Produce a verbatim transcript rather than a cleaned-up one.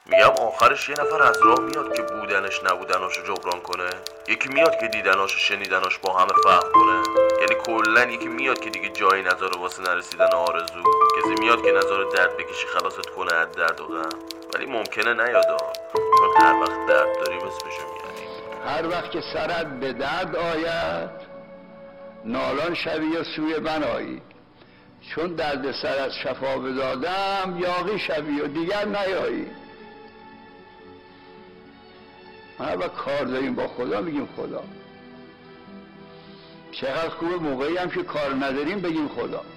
میگم آخرش یه نفر از راه میاد که بودنش نبودناشو جبران کنه، یکی میاد که دیدناش و شنیدناش با همه فرق کنه. یعنی کلن یکی میاد که دیگه جایی نذاره واسه نرسیدن آرزو، کسی میاد که نذاره درد بکشی خلاصت کنه از درد و غم. ولی ممکنه نیادا، چون هر وقت درد داریم اسمشو میاری. هر وقت که سرت به درد آید نالان شوی و سوی من آیی، چون درد سرت شفا بدادم یاغی شوی و دیگر نیایی. هر وقت کار داریم با خدا میگیم خدا. چقدر خوبه موقعی هم که کار نداریم بگیم خدا.